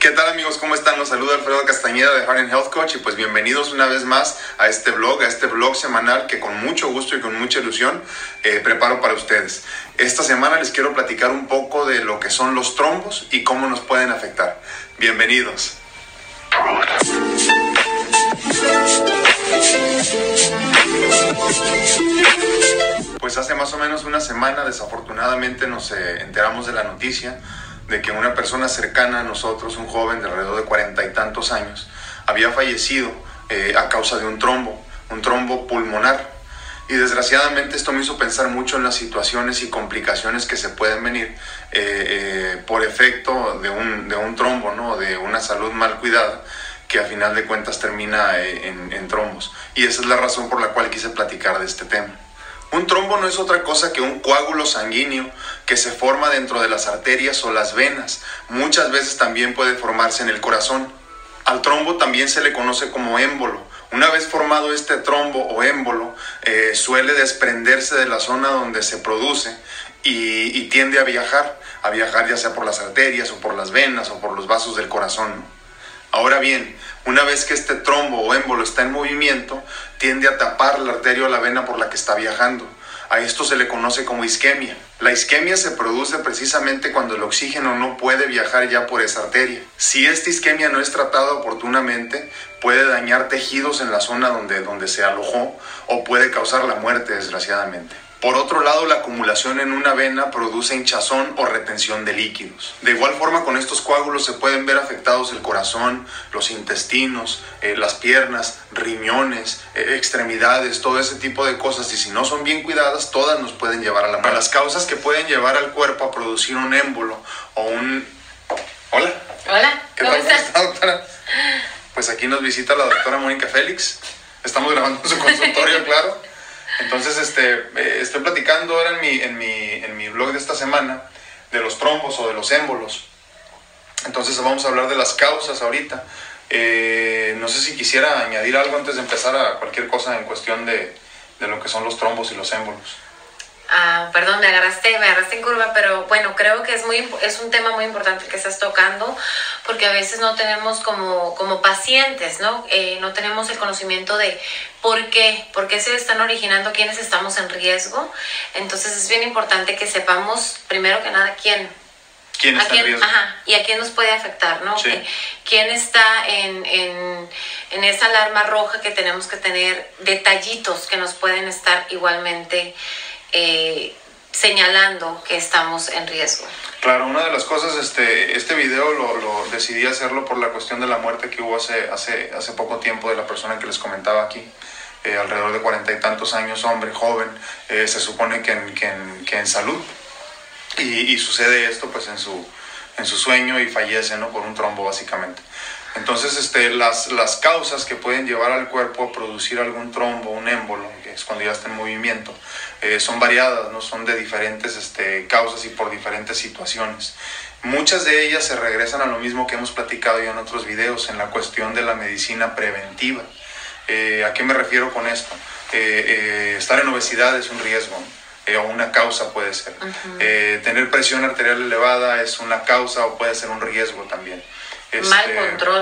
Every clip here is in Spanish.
¿Qué tal, amigos? ¿Cómo están? Los saluda Alfredo Castañeda de Heart and Health Coach, y pues bienvenidos una vez más a este blog semanal que con mucho gusto y con mucha ilusión preparo para ustedes. Esta semana les quiero platicar un poco de lo que son los trombos y cómo nos pueden afectar. Bienvenidos. Pues hace más o menos una semana, desafortunadamente, nos enteramos de la noticia de que una persona cercana a nosotros, un joven de alrededor de 40 y tantos años, había fallecido a causa de un trombo pulmonar. Y desgraciadamente esto me hizo pensar mucho en las situaciones y complicaciones que se pueden venir por efecto de un trombo, ¿no? De una salud mal cuidada, que a final de cuentas termina en trombos. Y esa es la razón por la cual quise platicar de este tema. Un trombo no es otra cosa que un coágulo sanguíneo que se forma dentro de las arterias o las venas. Muchas veces también puede formarse en el corazón. Al trombo también se le conoce como émbolo. Una vez formado este trombo o émbolo, suele desprenderse de la zona donde se produce y tiende a viajar ya sea por las arterias o por las venas o por los vasos del corazón, ¿no? Ahora bien, una vez que este trombo o émbolo está en movimiento, tiende a tapar la arteria o la vena por la que está viajando. A esto se le conoce como isquemia. La isquemia se produce precisamente cuando el oxígeno no puede viajar ya por esa arteria. Si esta isquemia no es tratada oportunamente, puede dañar tejidos en la zona donde se alojó o puede causar la muerte, desgraciadamente. Por otro lado, la acumulación en una vena produce hinchazón o retención de líquidos. De igual forma, con estos coágulos se pueden ver afectados el corazón, los intestinos, las piernas, riñones, extremidades, todo ese tipo de cosas. Y si no son bien cuidadas, todas nos pueden llevar a la muerte. Las causas que pueden llevar al cuerpo a producir un émbolo o un... Hola. Hola. ¿Qué tal? ¿Cómo está, doctora? Pues aquí nos visita la doctora Mónica Félix. Estamos grabando en su consultorio, claro. Entonces, estoy platicando ahora en mi blog de esta semana de los trombos o de los émbolos. Entonces vamos a hablar de las causas ahorita. No sé si quisiera añadir algo antes de empezar a cualquier cosa en cuestión de lo que son los trombos y los émbolos. Perdón, me agarraste en curva, pero bueno, creo que es un tema muy importante que estás tocando, porque a veces no tenemos como pacientes, ¿no? No tenemos el conocimiento de por qué se están originando, quiénes estamos en riesgo. Entonces es bien importante que sepamos, primero que nada, quién está en riesgo. Y a quién nos puede afectar, ¿no? Sí. ¿Quién está en esa alarma roja que tenemos que tener? Detallitos que nos pueden estar igualmente señalando que estamos en riesgo. Claro, una de las cosas, este video lo decidí hacerlo por la cuestión de la muerte que hubo hace poco tiempo de la persona que les comentaba aquí, alrededor de 40 y tantos años, hombre, joven, se supone que en salud, y sucede esto pues en su sueño y fallece, ¿no? Por un trombo, básicamente. Entonces, las causas que pueden llevar al cuerpo a producir algún trombo, un émbolo, que es cuando ya está en movimiento, son variadas, ¿no? Son de diferentes causas y por diferentes situaciones. Muchas de ellas se regresan a lo mismo que hemos platicado ya en otros videos, en la cuestión de la medicina preventiva. ¿A qué me refiero con esto? Estar en obesidad es un riesgo, ¿no? O una causa puede ser. Tener presión arterial elevada es una causa o puede ser un riesgo también. Mal control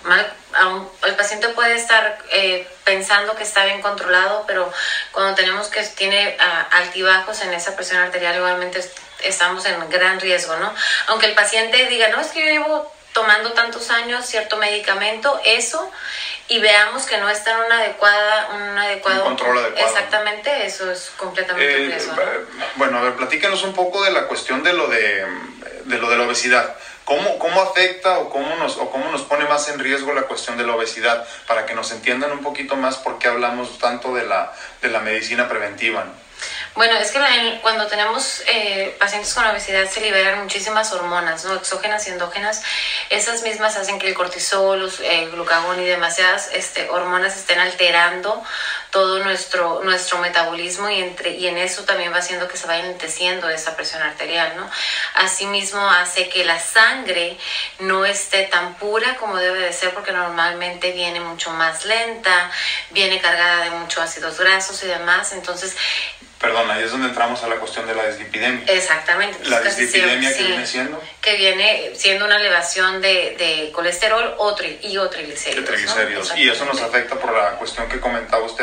el paciente puede estar pensando que está bien controlado, pero cuando tiene altibajos en esa presión arterial, igualmente estamos en gran riesgo, ¿no? Aunque el paciente diga, no, es que yo llevo tomando tantos años cierto medicamento, y veamos que no está en un adecuado control adecuado. Exactamente, eso es completamente un riesgo, ¿no? Bueno, a ver, platícanos un poco de la cuestión de lo de la obesidad. ¿Cómo afecta o cómo nos pone más en riesgo la cuestión de la obesidad? Para que nos entiendan un poquito más por qué hablamos tanto de la medicina preventiva, ¿no? Bueno, es que cuando tenemos pacientes con obesidad se liberan muchísimas hormonas, ¿no? Exógenas y endógenas. Esas mismas hacen que el cortisol, el glucagón y demasiadas hormonas estén alterando todo nuestro metabolismo, y en eso también va haciendo que se vaya enlenteciendo esa presión arterial, ¿no? Asimismo hace que la sangre no esté tan pura como debe de ser, porque normalmente viene mucho más lenta, viene cargada de muchos ácidos grasos y demás. Entonces Perdón, ahí es donde entramos a la cuestión de la dislipidemia. Exactamente. La dislipidemia que viene siendo. Que viene siendo una elevación de colesterol o triglicéridos. Triglicéridos. ¿No? Y eso nos afecta por la cuestión que comentaba usted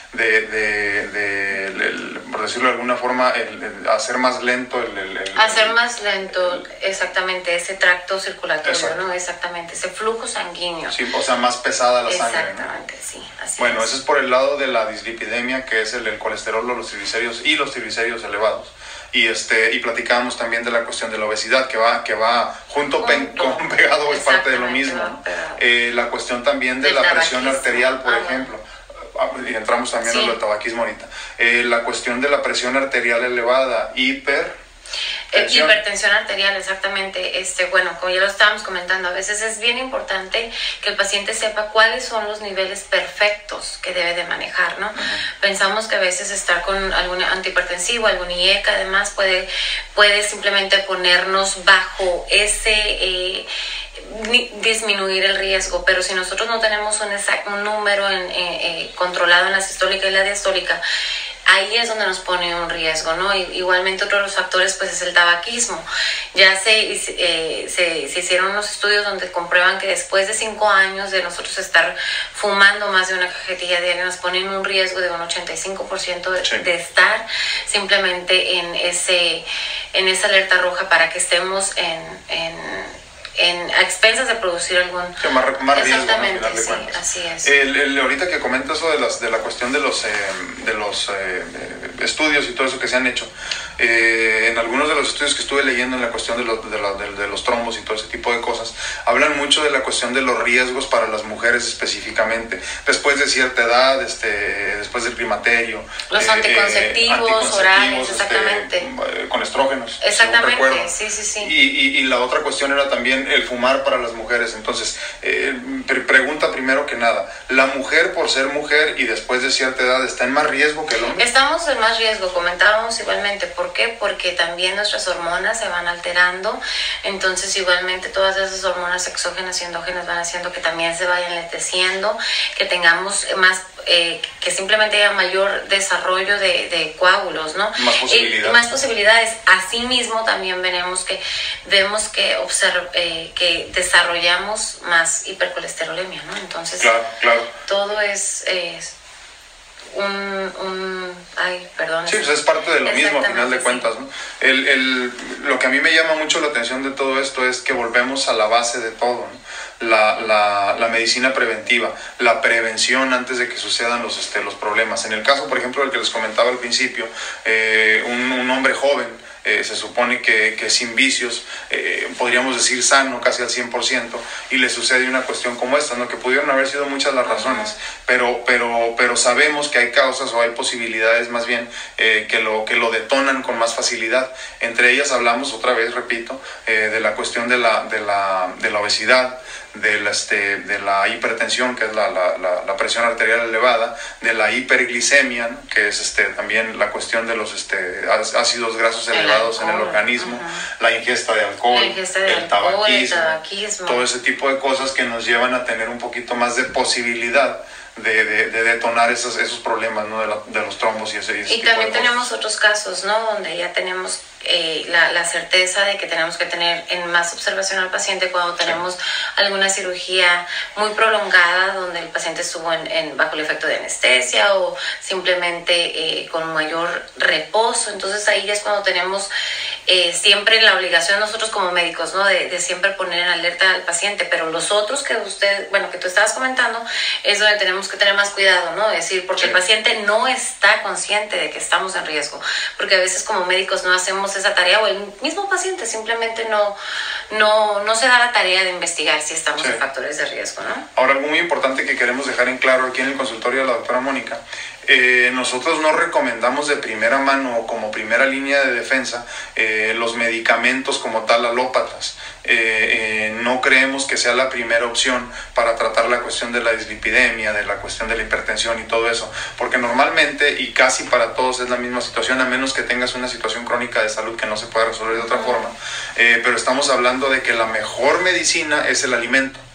por decirlo de alguna forma, hacer más lento hacer más lento, exactamente, ese tracto circulatorio, exacto. ¿no? Exactamente, ese flujo sanguíneo. Sí, o sea, más pesada la sangre. Exactamente, ¿no? Sí, así bueno, es. Ese es por el lado de la dislipidemia, que es el colesterol o los triglicéridos y los triglicéridos elevados. Y platicábamos también de la cuestión de la obesidad, que va junto. Con pegado, es parte de lo mismo, ¿no? La cuestión también de la presión arterial, por ejemplo. Y entramos también en lo del tabaquismo ahorita. La cuestión de la presión arterial elevada, hipertensión arterial, exactamente. Bueno, como ya lo estábamos comentando, a veces es bien importante que el paciente sepa cuáles son los niveles perfectos que debe de manejar, ¿no? Uh-huh. Pensamos que a veces estar con algún antihipertensivo, algún IECA, además puede simplemente ponernos bajo ese disminuir el riesgo, pero si nosotros no tenemos un número controlado en la sistólica y la diastólica, ahí es donde nos pone un riesgo, ¿no? Igualmente otro de los factores pues es el tabaquismo. Ya se hicieron unos estudios donde comprueban que después de 5 años de nosotros estar fumando más de una cajetilla diaria nos ponen un riesgo de un 85% de estar simplemente en esa alerta roja para que estemos a expensas de producir algún... Sí, más riesgo, ¿no? Al final de sí, cuentas. Así es. Ahorita que comento eso de la cuestión de los estudios y todo eso que se han hecho, en algunos de los estudios que estuve leyendo en la cuestión de los trombos y todo ese tipo de cosas, hablan mucho de la cuestión de los riesgos para las mujeres específicamente, después de cierta edad, después del climaterio. Los anticonceptivos orales, exactamente. Con estrógenos. Exactamente, sí. Y la otra cuestión era también el fumar para las mujeres. Entonces, pregunta primero que nada, ¿la mujer por ser mujer y después de cierta edad está en más riesgo que el hombre? Estamos en más riesgo, comentábamos igualmente. ¿Por qué? Porque también nuestras hormonas se van alterando, entonces igualmente todas esas hormonas exógenas y endógenas van haciendo que también se vayan lenteciendo, que tengamos más, que simplemente haya mayor desarrollo de coágulos, ¿no? Más posibilidades. Asimismo también vemos que que desarrollamos más hipercolesterolemia, ¿no? Entonces, claro. todo es Sí, pues es parte de lo mismo, a final de cuentas, ¿no? Lo que a mí me llama mucho la atención de todo esto es que volvemos a la base de todo, ¿no? La medicina preventiva, la prevención antes de que sucedan los problemas. En el caso, por ejemplo, del que les comentaba al principio, un hombre joven, se supone que sin vicios, podríamos decir sano casi al 100%, y le sucede una cuestión como esta, ¿no? Que pudieron haber sido muchas las razones, pero sabemos que hay causas o hay posibilidades más bien que lo detonan con más facilidad. Entre ellas hablamos, otra vez repito, de la cuestión de la obesidad, de la hipertensión, que es la presión arterial elevada, de la hiperglicemia, ¿no? Que es también la cuestión de los ácidos grasos elevados en el organismo, la ingesta de alcohol, el tabaquismo, todo ese tipo de cosas que nos llevan a tener un poquito más de posibilidad de detonar esos problemas, ¿no? de los trombos y ese tipo de cosas. Y también tenemos otros casos, ¿no? Donde ya tenemos la certeza de que tenemos que tener en más observación al paciente cuando tenemos alguna cirugía muy prolongada, donde el paciente estuvo bajo el efecto de anestesia o simplemente con mayor reposo. Entonces ahí ya es cuando tenemos siempre la obligación nosotros como médicos, ¿no? De siempre poner en alerta al paciente, pero los otros que tú estabas comentando, es donde tenemos que tener más cuidado, ¿no? Es decir, porque el paciente no está consciente de que estamos en riesgo, porque a veces como médicos no hacemos esa tarea, o el mismo paciente simplemente no se da la tarea de investigar si estamos en factores de riesgo, ¿no? Ahora, algo muy importante que queremos dejar en claro aquí en el consultorio de la doctora Mónica, nosotros no recomendamos de primera mano o como primera línea de defensa los medicamentos como tal alópatas. No creemos que sea la primera opción para tratar la cuestión de la dislipidemia, de la cuestión de la hipertensión y todo eso, porque normalmente y casi para todos es la misma situación, a menos que tengas una situación crónica de salud que no se pueda resolver de otra forma, pero estamos hablando de que la mejor medicina es el alimento.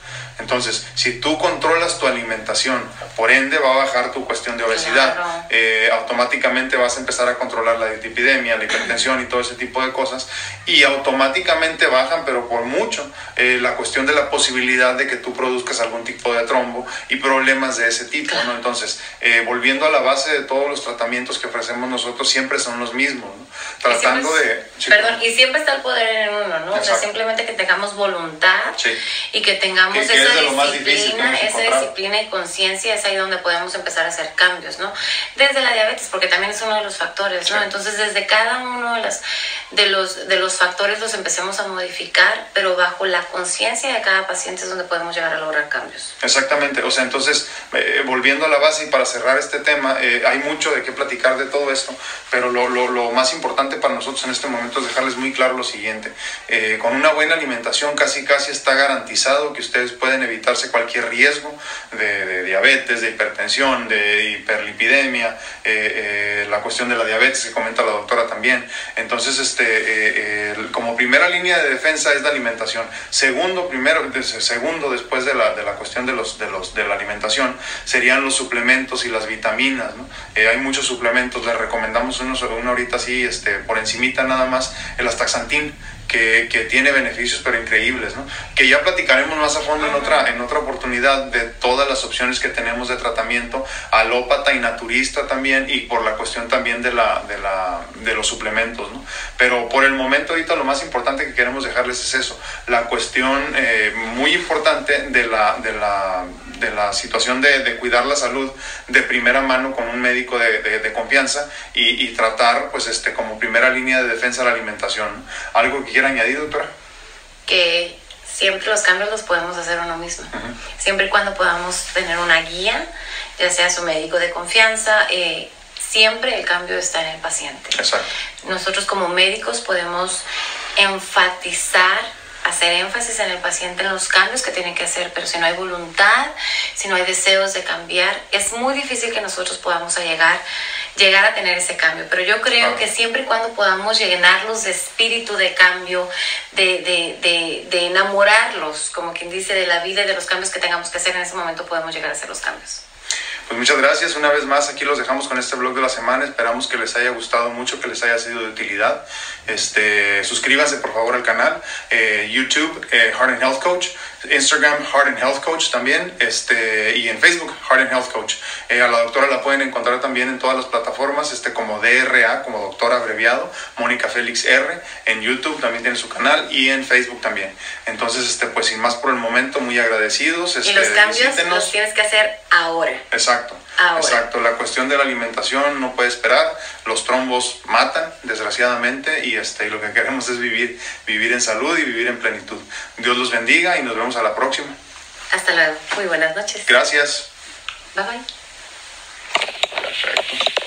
Entonces, si tú controlas tu alimentación, por ende va a bajar tu cuestión de obesidad. Claro. Automáticamente vas a empezar a controlar la dislipidemia, la hipertensión y todo ese tipo de cosas, y automáticamente bajan, pero por mucho, la cuestión de la posibilidad de que tú produzcas algún tipo de trombo y problemas de ese tipo, ¿no? Entonces, volviendo a la base de todos los tratamientos que ofrecemos nosotros, siempre son los mismos, ¿no? Tratando de... Sí, perdón, y siempre está el poder en uno, ¿no? Exacto. O sea, simplemente que tengamos voluntad, sí, y que tengamos esa disciplina y conciencia, es ahí donde podemos empezar a hacer cambios, ¿no? Desde la diabetes, porque también es uno de los factores, ¿no? Sí. Entonces, desde cada uno de los factores los empecemos a modificar, pero bajo la conciencia de cada paciente es donde podemos llegar a lograr cambios. Exactamente, o sea, entonces, volviendo a la base y para cerrar este tema, hay mucho de qué platicar de todo esto, pero lo más importante para nosotros en este momento es dejarles muy claro lo siguiente: con una buena alimentación casi está garantizado que ustedes pueden evitarse cualquier riesgo de diabetes, de hipertensión, de hiperlipidemia, la cuestión de la diabetes que comenta la doctora también. Entonces, como primera línea de defensa es la alimentación. Segundo, después de la cuestión de la alimentación, serían los suplementos y las vitaminas, ¿no? Hay muchos suplementos, les recomendamos uno ahorita así, por encimita nada más, el astaxantin, que tiene beneficios pero increíbles, ¿no? Que ya platicaremos más a fondo en otra oportunidad de todas las opciones que tenemos de tratamiento alópata y naturista también, y por la cuestión también de los suplementos, ¿no? Pero por el momento ahorita lo más importante que queremos dejarles es eso, la cuestión muy importante de la situación de cuidar la salud de primera mano con un médico de confianza y tratar pues como primera línea de defensa la alimentación, ¿no? ¿Algo que quiera añadir, doctora? Que siempre los cambios los podemos hacer uno mismo, siempre y cuando podamos tener una guía, ya sea su médico de confianza. Siempre el cambio está en el paciente. Exacto. Nosotros como médicos podemos hacer énfasis en el paciente, en los cambios que tiene que hacer, pero si no hay voluntad, si no hay deseos de cambiar, es muy difícil que nosotros podamos llegar a tener ese cambio. Pero yo creo que siempre y cuando podamos llenarlos de espíritu de cambio, de enamorarlos, como quien dice, de la vida y de los cambios que tengamos que hacer, en ese momento podemos llegar a hacer los cambios. Pues muchas gracias, una vez más aquí los dejamos con este blog de la semana. Esperamos que les haya gustado mucho, que les haya sido de utilidad. Suscríbanse por favor al canal, YouTube, Heart and Health Coach, Instagram, Heart and Health Coach también, y en Facebook, Heart and Health Coach. A la doctora la pueden encontrar también en todas las plataformas, como DRA, como doctora abreviado, Mónica Félix R, en YouTube también tiene su canal, y en Facebook también. Entonces, pues sin más por el momento, muy agradecidos. Y los cambios los tienes que hacer ahora. Exacto. Exacto, la cuestión de la alimentación no puede esperar, los trombos matan, desgraciadamente, y lo que queremos es vivir en salud y vivir en plenitud. Dios los bendiga y nos vemos a la próxima. Hasta luego, muy buenas noches. Gracias. Bye bye. Perfecto.